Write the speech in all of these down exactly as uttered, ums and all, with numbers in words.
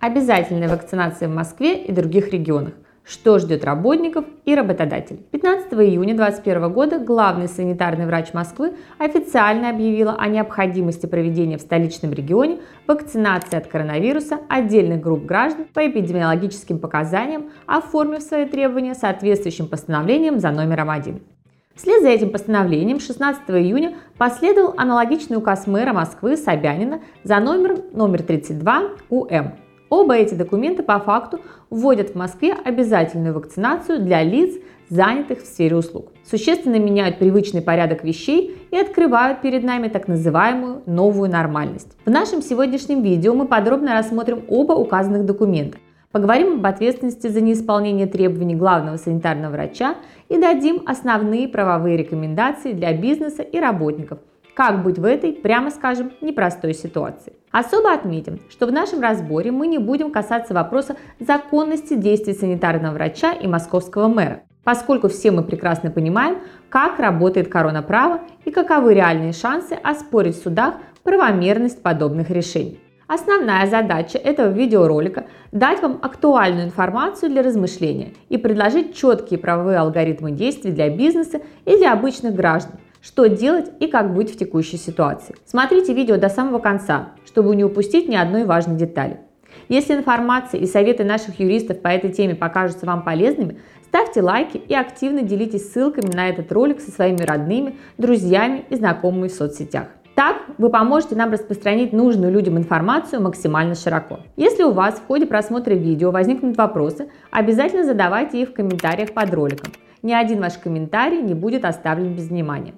Обязательная вакцинация в Москве и других регионах. Что ждет работников и работодателей? пятнадцатого июня две тысячи двадцать первого года главный санитарный врач Москвы официально объявила о необходимости проведения в столичном регионе вакцинации от коронавируса отдельных групп граждан по эпидемиологическим показаниям, оформив свои требования соответствующим постановлением за номером один. Вслед за этим постановлением шестнадцатого июня последовал аналогичный указ мэра Москвы Собянина за номером номер тридцать два У М. Оба эти документа по факту вводят в Москве обязательную вакцинацию для лиц, занятых в сфере услуг. Существенно меняют привычный порядок вещей и открывают перед нами так называемую новую нормальность. В нашем сегодняшнем видео мы подробно рассмотрим оба указанных документа, поговорим об ответственности за неисполнение требований главного санитарного врача и дадим основные правовые рекомендации для бизнеса и работников, как быть в этой, прямо скажем, непростой ситуации. Особо отметим, что в нашем разборе мы не будем касаться вопроса законности действий санитарного врача и московского мэра, поскольку все мы прекрасно понимаем, как работает коронаправо и каковы реальные шансы оспорить в судах правомерность подобных решений. Основная задача этого видеоролика – дать вам актуальную информацию для размышления и предложить четкие правовые алгоритмы действий для бизнеса и для обычных граждан, что делать и как быть в текущей ситуации. Смотрите видео до самого конца, чтобы не упустить ни одной важной детали. Если информация и советы наших юристов по этой теме покажутся вам полезными, ставьте лайки и активно делитесь ссылками на этот ролик со своими родными, друзьями и знакомыми в соцсетях. Так вы поможете нам распространить нужную людям информацию максимально широко. Если у вас в ходе просмотра видео возникнут вопросы, обязательно задавайте их в комментариях под роликом. Ни один ваш комментарий не будет оставлен без внимания.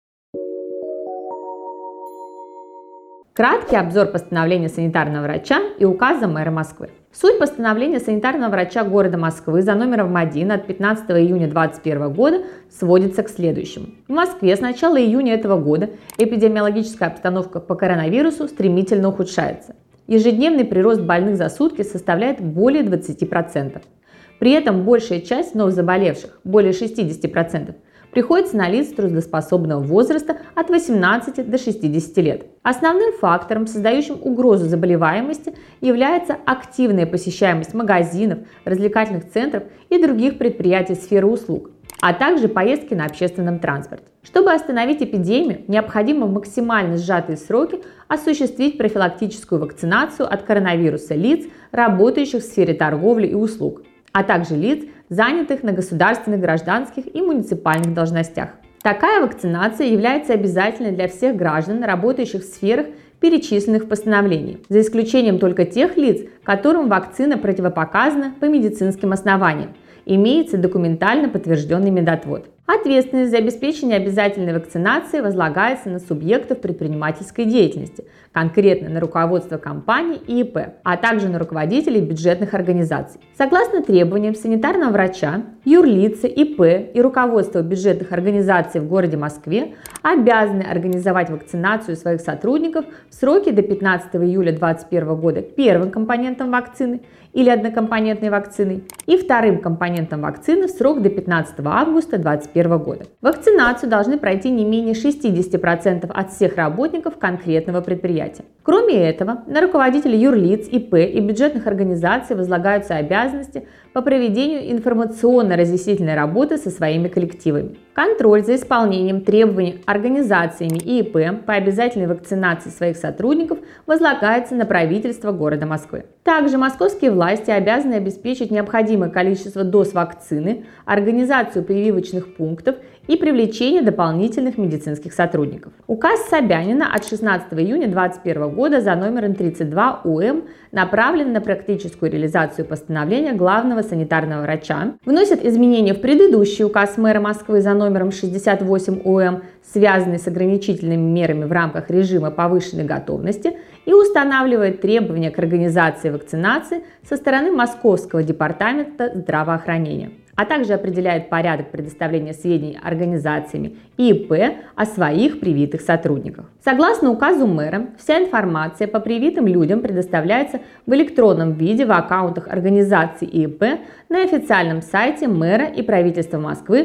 Краткий обзор постановления санитарного врача и указа мэра Москвы. Суть постановления санитарного врача города Москвы за номером один от пятнадцатого июня две тысячи двадцать первого года сводится к следующему. В Москве с начала июня этого года эпидемиологическая обстановка по коронавирусу стремительно ухудшается. Ежедневный прирост больных за сутки составляет более двадцати процентов. При этом большая часть вновь заболевших, более шестидесяти процентов, приходится на лиц трудоспособного возраста от восемнадцати до шестидесяти лет. Основным фактором, создающим угрозу заболеваемости, является активная посещаемость магазинов, развлекательных центров и других предприятий сферы услуг, а также поездки на общественном транспорте. Чтобы остановить эпидемию, необходимо в максимально сжатые сроки осуществить профилактическую вакцинацию от коронавируса лиц, работающих в сфере торговли и услуг, а также лиц, занятых на государственных, гражданских и муниципальных должностях. Такая вакцинация является обязательной для всех граждан, работающих в сферах, перечисленных в постановлении, за исключением только тех лиц, которым вакцина противопоказана по медицинским основаниям, имеется документально подтвержденный медотвод. Ответственность за обеспечение обязательной вакцинации возлагается на субъектов предпринимательской деятельности, конкретно на руководство компаний и И П, а также на руководителей бюджетных организаций. Согласно требованиям санитарного врача, юрлицы, И П и руководство бюджетных организаций в городе Москве обязаны организовать вакцинацию своих сотрудников в сроки до пятнадцатого июля две тысячи двадцать первого года первым компонентом вакцины или однокомпонентной вакциной и вторым компонентом вакцины в срок до пятнадцатого августа две тысячи двадцать первого года. Вакцинацию должны пройти не менее шестидесяти процентов от всех работников конкретного предприятия. Кроме этого, на руководителей юрлиц, И П и бюджетных организаций возлагаются обязанности по проведению информационно-разъяснительной работы со своими коллективами. Контроль за исполнением требований организациями и И П по обязательной вакцинации своих сотрудников возлагается на правительство города Москвы. Также московские власти обязаны обеспечить необходимое количество доз вакцины, организацию прививочных пунктов и привлечение дополнительных медицинских сотрудников. Указ Собянина от шестнадцатого июня две тысячи двадцать первого года за номером тридцать два У М направлен на практическую реализацию постановления главного санитарного врача, вносит изменения в предыдущий указ мэра Москвы за номером шестьдесят восемь У М, связанный с ограничительными мерами в рамках режима повышенной готовности, и устанавливает требования к организации вакцинации со стороны Московского департамента здравоохранения, а также определяет порядок предоставления сведений организациями и И П о своих привитых сотрудниках. Согласно указу мэра, вся информация по привитым людям предоставляется в электронном виде в аккаунтах организаций и И П на официальном сайте мэра и правительства Москвы в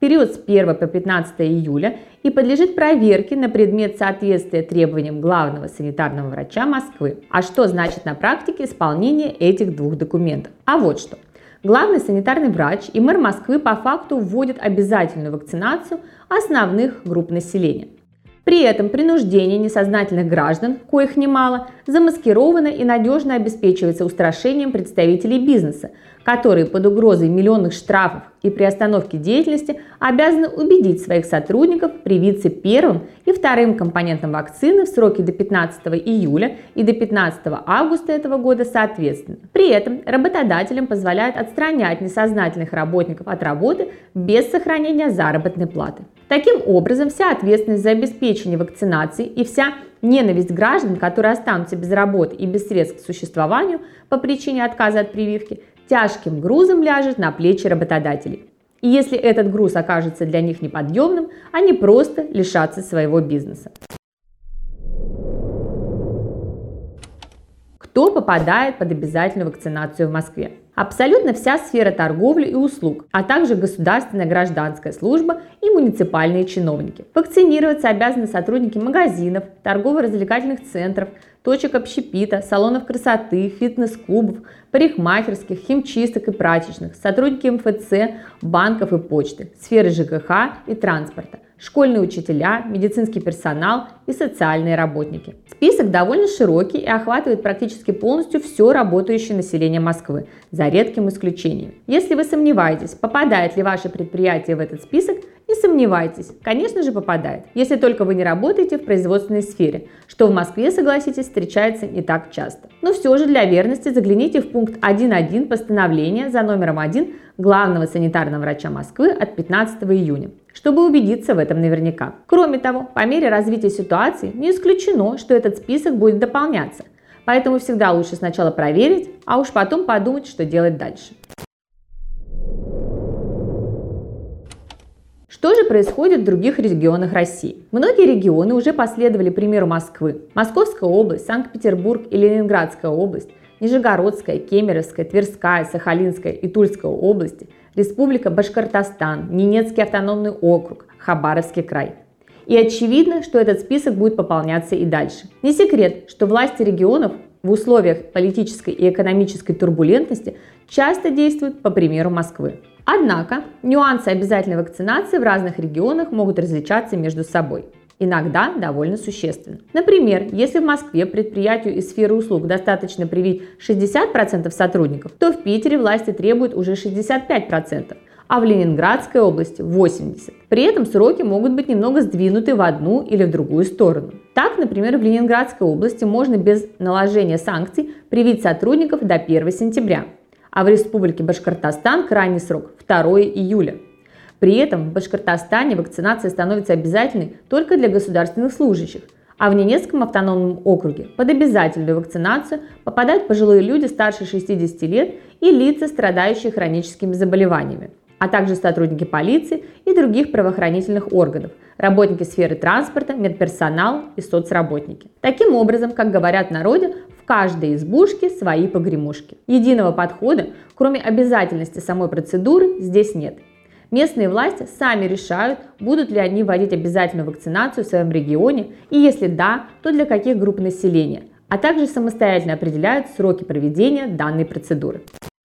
период с первого по пятнадцатое июля и подлежит проверке на предмет соответствия требованиям главного санитарного врача Москвы. А что значит на практике исполнение этих двух документов? А вот что. Главный санитарный врач и мэр Москвы по факту вводят обязательную вакцинацию основных групп населения. При этом принуждение несознательных граждан, коих немало, замаскировано и надежно обеспечивается устрашением представителей бизнеса, которые под угрозой миллионных штрафов и приостановки деятельности обязаны убедить своих сотрудников привиться первым и вторым компонентом вакцины в сроки до пятнадцатого июля и до пятнадцатого августа этого года соответственно. При этом работодателям позволяют отстранять несознательных работников от работы без сохранения заработной платы. Таким образом, вся ответственность за обеспечение вакцинации и вся ненависть граждан, которые останутся без работы и без средств к существованию по причине отказа от прививки, тяжким грузом ляжет на плечи работодателей. И если этот груз окажется для них неподъемным, они просто лишатся своего бизнеса. Кто попадает под обязательную вакцинацию в Москве? Абсолютно вся сфера торговли и услуг, а также государственная гражданская служба и муниципальные чиновники. Вакцинироваться обязаны сотрудники магазинов, торгово-развлекательных центров, точек общепита, салонов красоты, фитнес-клубов, парикмахерских, химчисток и прачечных, сотрудники эм эф цэ, банков и почты, сферы жэ ка ха и транспорта, школьные учителя, медицинский персонал и социальные работники. Список довольно широкий и охватывает практически полностью все работающее население Москвы, за редким исключением. Если вы сомневаетесь, попадает ли ваше предприятие в этот список, не сомневайтесь, конечно же попадает, если только вы не работаете в производственной сфере, что в Москве, согласитесь, встречается не так часто. Но все же для верности загляните в пункт один точка один постановления за номером один главного санитарного врача Москвы от пятнадцатого июня, чтобы убедиться в этом наверняка. Кроме того, по мере развития ситуации не исключено, что этот список будет дополняться, поэтому всегда лучше сначала проверить, а уж потом подумать, что делать дальше. Что же происходит в других регионах России? Многие регионы уже последовали примеру Москвы. Московская область, Санкт-Петербург и Ленинградская область, Нижегородская, Кемеровская, Тверская, Сахалинская и Тульская области, Республика Башкортостан, Ненецкий автономный округ, Хабаровский край. И очевидно, что этот список будет пополняться и дальше. Не секрет, что власти регионов в условиях политической и экономической турбулентности часто действуют по примеру Москвы. Однако нюансы обязательной вакцинации в разных регионах могут различаться между собой. Иногда довольно существенно. Например, если в Москве предприятию из сферы услуг достаточно привить шестьдесят процентов сотрудников, то в Питере власти требуют уже шестьдесят пять процентов, а в Ленинградской области восемьдесят процентов. При этом сроки могут быть немного сдвинуты в одну или в другую сторону. Так, например, в Ленинградской области можно без наложения санкций привить сотрудников до первого сентября, а в Республике Башкортостан крайний срок второго июля. При этом в Башкортостане вакцинация становится обязательной только для государственных служащих, а в Ненецком автономном округе под обязательную вакцинацию попадают пожилые люди старше шестидесяти лет и лица, страдающие хроническими заболеваниями, а также сотрудники полиции и других правоохранительных органов, работники сферы транспорта, медперсонал и соцработники. Таким образом, как говорят в народе, в каждой избушке свои погремушки. Единого подхода, кроме обязательности самой процедуры, здесь нет. Местные власти сами решают, будут ли они вводить обязательную вакцинацию в своем регионе и если да, то для каких групп населения, а также самостоятельно определяют сроки проведения данной процедуры.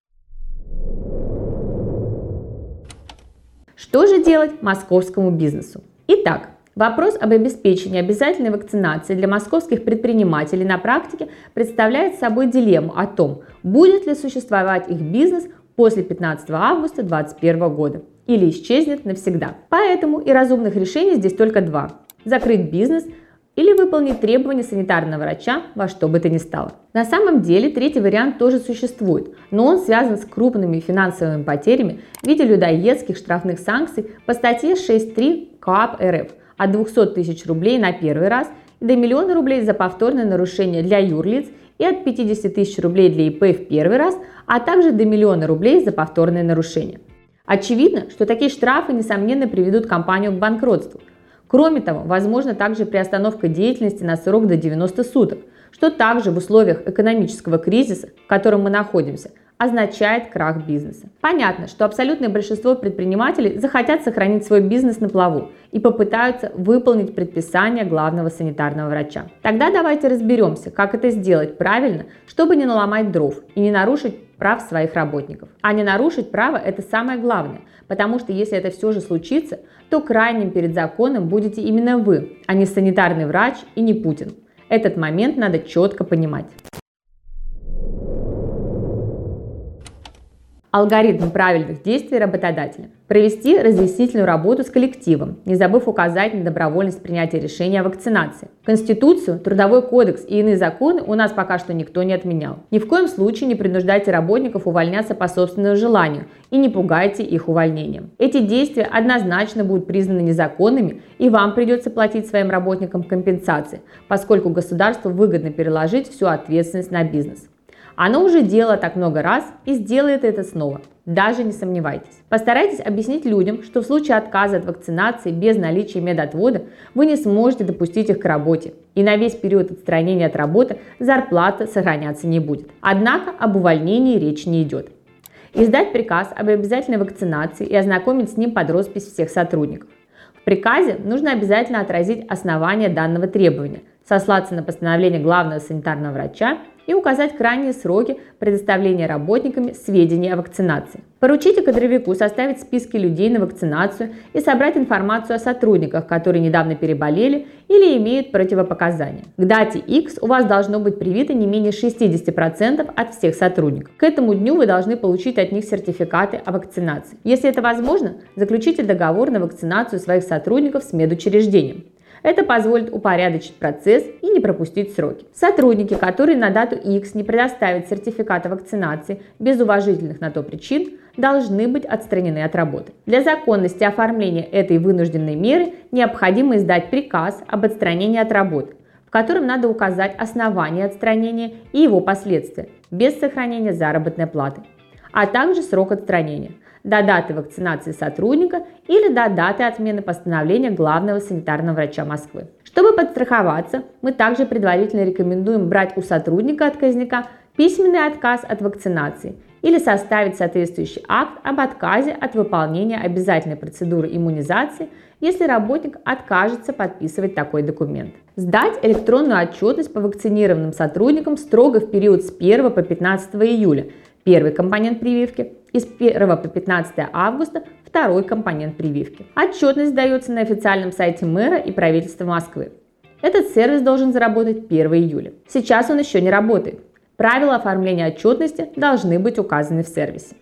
Что же делать московскому бизнесу? Итак, вопрос об обеспечении обязательной вакцинации для московских предпринимателей на практике представляет собой дилемму о том, будет ли существовать их бизнес после пятнадцатого августа две тысячи двадцать первого года или исчезнет навсегда. Поэтому и разумных решений здесь только два – закрыть бизнес или выполнить требования санитарного врача во что бы то ни стало. На самом деле третий вариант тоже существует, но он связан с крупными финансовыми потерями в виде людоедских штрафных санкций по статье шесть три КоАП эр эф от двухсот тысяч рублей на первый раз и до миллиона рублей за повторное нарушение для юрлиц и от пятидесяти тысяч рублей для и пэ в первый раз, а также до миллиона рублей за повторное нарушение. Очевидно, что такие штрафы, несомненно, приведут компанию к банкротству. Кроме того, возможно также приостановка деятельности на срок до девяноста суток, что также в условиях экономического кризиса, в котором мы находимся, означает крах бизнеса. Понятно, что абсолютное большинство предпринимателей захотят сохранить свой бизнес на плаву и попытаются выполнить предписание главного санитарного врача. Тогда давайте разберемся, как это сделать правильно, чтобы не наломать дров и не нарушить прав своих работников. А не нарушить право – это самое главное, потому что если это все же случится, то крайним перед законом будете именно вы, а не санитарный врач и не Путин. Этот момент надо четко понимать. Алгоритм правильных действий работодателя. Провести разъяснительную работу с коллективом, не забыв указать на добровольность принятия решения о вакцинации. Конституцию, Трудовой кодекс и иные законы у нас пока что никто не отменял. Ни в коем случае не принуждайте работников увольняться по собственному желанию и не пугайте их увольнением. Эти действия однозначно будут признаны незаконными, и вам придется платить своим работникам компенсации, поскольку государству выгодно переложить всю ответственность на бизнес. Оно уже делало так много раз и сделает это снова. Даже не сомневайтесь. Постарайтесь объяснить людям, что в случае отказа от вакцинации без наличия медотвода вы не сможете допустить их к работе. И на весь период отстранения от работы зарплата сохраняться не будет. Однако об увольнении речи не идет. Издать приказ об обязательной вакцинации и ознакомить с ним под роспись всех сотрудников. В приказе нужно обязательно отразить основания данного требования, сослаться на постановление главного санитарного врача и указать крайние сроки предоставления работниками сведений о вакцинации. Поручите кадровику составить списки людей на вакцинацию и собрать информацию о сотрудниках, которые недавно переболели или имеют противопоказания. К дате X у вас должно быть привито не менее шестьдесят процентов от всех сотрудников. К этому дню вы должны получить от них сертификаты о вакцинации. Если это возможно, заключите договор на вакцинацию своих сотрудников с медучреждением. Это позволит упорядочить процесс и не пропустить сроки. Сотрудники, которые на дату X не предоставят сертификат о вакцинации без уважительных на то причин, должны быть отстранены от работы. Для законности оформления этой вынужденной меры необходимо издать приказ об отстранении от работы, в котором надо указать основание отстранения и его последствия, без сохранения заработной платы, а также срок отстранения до даты вакцинации сотрудника или до даты отмены постановления главного санитарного врача Москвы. Чтобы подстраховаться, мы также предварительно рекомендуем брать у сотрудника-отказника письменный отказ от вакцинации или составить соответствующий акт об отказе от выполнения обязательной процедуры иммунизации, если работник откажется подписывать такой документ. Сдать электронную отчетность по вакцинированным сотрудникам строго в период с первого по пятнадцатое июля, первый компонент прививки, и с первого по пятнадцатое августа второй компонент прививки. Отчетность сдается на официальном сайте мэра и правительства Москвы. Этот сервис должен заработать первого июля. Сейчас он еще не работает. Правила оформления отчетности должны быть указаны в сервисе.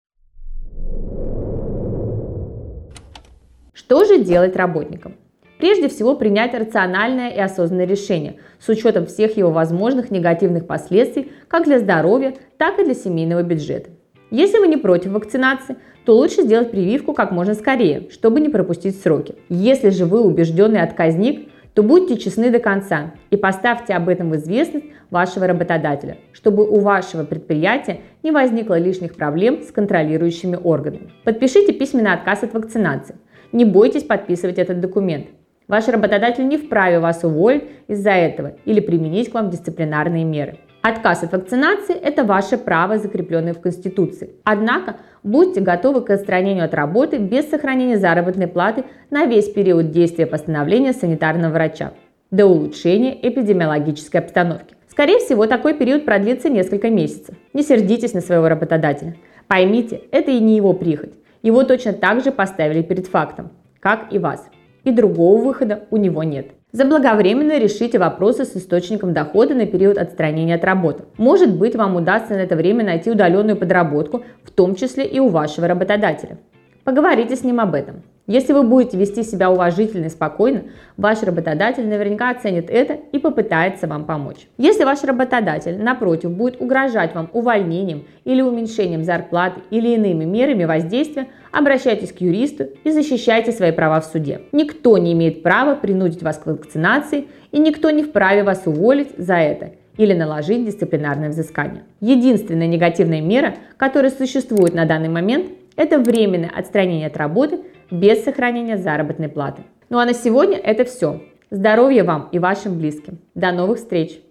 Что же делать работникам? Прежде всего, принять рациональное и осознанное решение с учетом всех его возможных негативных последствий как для здоровья, так и для семейного бюджета. Если вы не против вакцинации, то лучше сделать прививку как можно скорее, чтобы не пропустить сроки. Если же вы убежденный отказник, то будьте честны до конца и поставьте об этом в известность вашего работодателя, чтобы у вашего предприятия не возникло лишних проблем с контролирующими органами. Подпишите письменный отказ от вакцинации. Не бойтесь подписывать этот документ. Ваш работодатель не вправе вас уволить из-за этого или применить к вам дисциплинарные меры. Отказ от вакцинации – это ваше право, закрепленное в Конституции. Однако будьте готовы к отстранению от работы без сохранения заработной платы на весь период действия постановления санитарного врача до улучшения эпидемиологической обстановки. Скорее всего, такой период продлится несколько месяцев. Не сердитесь на своего работодателя. Поймите, это и не его прихоть. Его точно так же поставили перед фактом, как и вас. И другого выхода у него нет. Заблаговременно решите вопросы с источником дохода на период отстранения от работы. Может быть, вам удастся на это время найти удаленную подработку, в том числе и у вашего работодателя. Поговорите с ним об этом. Если вы будете вести себя уважительно и спокойно, ваш работодатель наверняка оценит это и попытается вам помочь. Если ваш работодатель, напротив, будет угрожать вам увольнением или уменьшением зарплаты или иными мерами воздействия, обращайтесь к юристу и защищайте свои права в суде. Никто не имеет права принудить вас к вакцинации, и никто не вправе вас уволить за это или наложить дисциплинарное взыскание. Единственная негативная мера, которая существует на данный момент, это временное отстранение от работы без сохранения заработной платы. Ну а на сегодня это все. Здоровья вам и вашим близким. До новых встреч!